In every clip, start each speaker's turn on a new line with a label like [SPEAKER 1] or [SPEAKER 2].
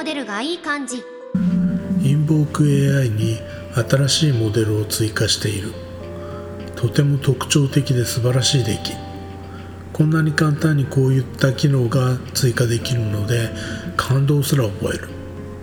[SPEAKER 1] モデルがいい感じ。
[SPEAKER 2] インボーク AI に新しいモデルを追加している。とても特徴的で素晴らしい出来。こんなに簡単にこういった機能が追加できるので感動すら覚える。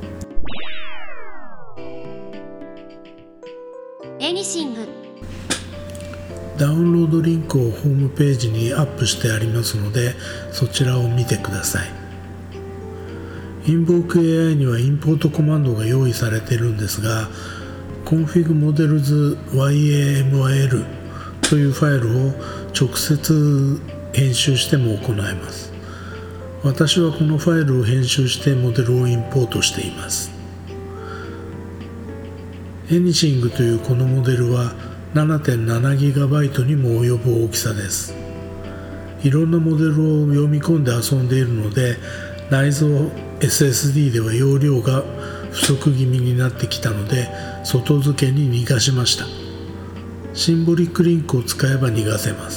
[SPEAKER 1] エニシング。
[SPEAKER 2] ダウンロードリンクをホームページにアップしてありますのでそちらを見てください。インボーク AI にはインポートコマンドが用意されているんですが config models YAML というファイルを直接編集しても行えます。私はこのファイルを編集してモデルをインポートしています。エニシングというこのモデルは 7.7GB にも及ぶ大きさです。いろんなモデルを読み込んで遊んでいるので内蔵 SSD では容量が不足気味になってきたので外付けに逃がしました。シンボリックリンクを使えば逃がせます。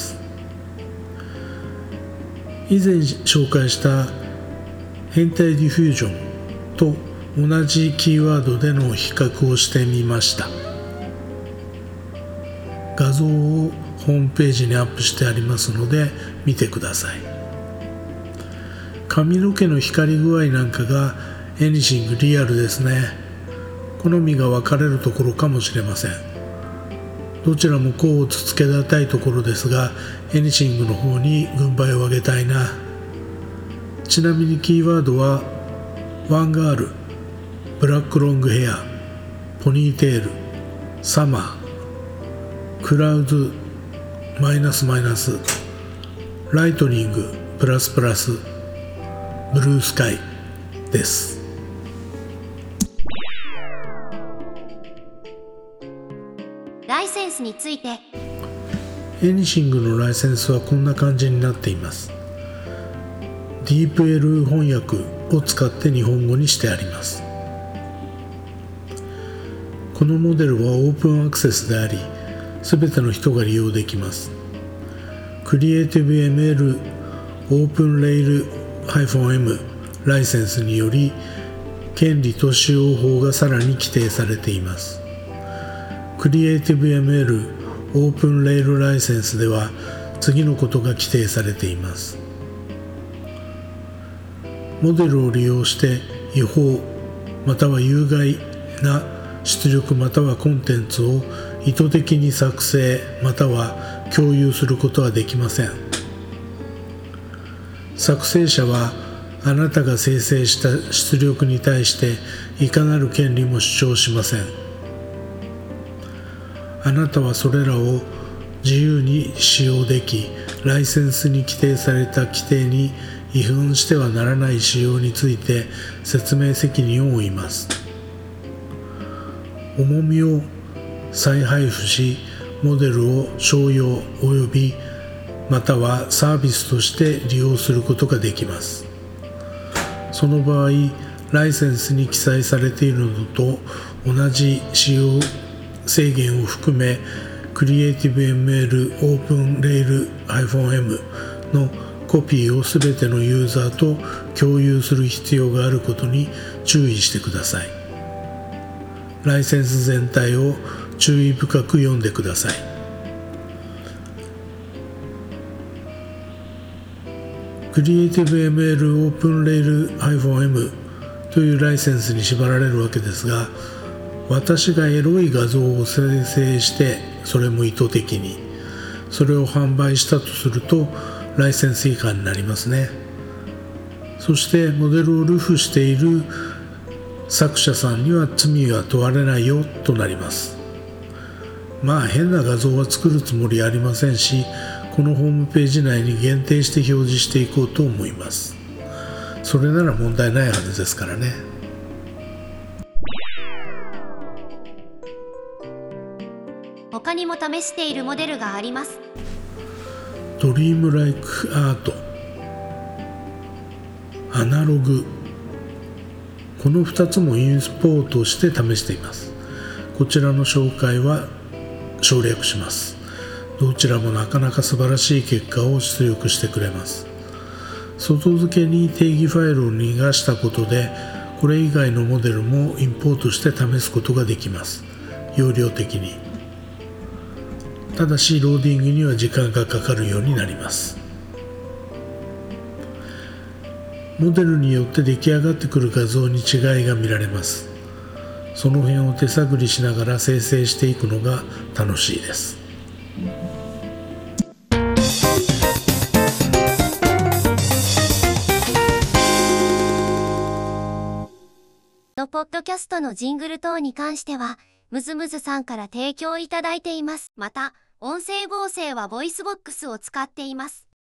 [SPEAKER 2] 以前紹介した変態ディフュージョンと同じキーワードでの比較をしてみました。画像をホームページにアップしてありますので見てください。髪の毛の光り具合なんかがエニシングリアルですね。好みが分かれるところかもしれません。どちらも甲をつつけがたいところですがエニシングの方に軍配を上げたいな。ちなみにキーワードはワンガール、ブラックロングヘア、ポニーテール、サマー、クラウズマイナスマイナス、ライトニングプラスプラス、ブルースカイです。
[SPEAKER 1] ライセンスについて。
[SPEAKER 2] エニシングのライセンスはこんな感じになっています。DeepL 翻訳を使って日本語にしてあります。このモデルはオープンアクセスでありすべての人が利用できます。CreativeML OpenRail-M ライセンスにより権利と使用法がさらに規定されています。CreativeML OpenRail ライセンスでは次のことが規定されています。モデルを利用して違法または有害な出力またはコンテンツを意図的に作成または共有することはできません。作成者はあなたが生成した出力に対していかなる権利も主張しません。あなたはそれらを自由に使用でき、ライセンスに規定された規定に違反してはならない使用について説明責任を負います。重みを再配布し、モデルを商用及びまたはサービスとして利用することができます。その場合、ライセンスに記載されているのと同じ使用制限を含め、CreativeML OpenRail-M のコピーをすべてのユーザーと共有する必要があることに注意してください。ライセンス全体を注意深く読んでください。CreativeML OpenRail-M というライセンスに縛られるわけですが、私がエロい画像を生成してそれも意図的にそれを販売したとするとライセンス違反になりますね。そしてモデルを流布している作者さんには罪が問われないよとなります。まあ変な画像は作るつもりありませんし、このホームページ内に限定して表示していこうと思います。それなら問題ないはずですからね。
[SPEAKER 1] 他にも試しているモデルがあります。
[SPEAKER 2] ドリームライクアート、アナログ、この2つもインポートして試しています。こちらの紹介は省略します。どちらもなかなか素晴らしい結果を出力してくれます。外付けに定義ファイルを逃がしたことで、 これ以外のモデルもインポートして試すことができます。容量的に。ただしローディングには時間がかかるようになります。モデルによって出来上がってくる画像に違いが見られます。その辺を手探りしながら生成していくのが楽しいです。
[SPEAKER 1] ポッドキャストのジングル等に関しては、ムズムズさんから提供いただいています。また、音声合成はボイスボックスを使っています。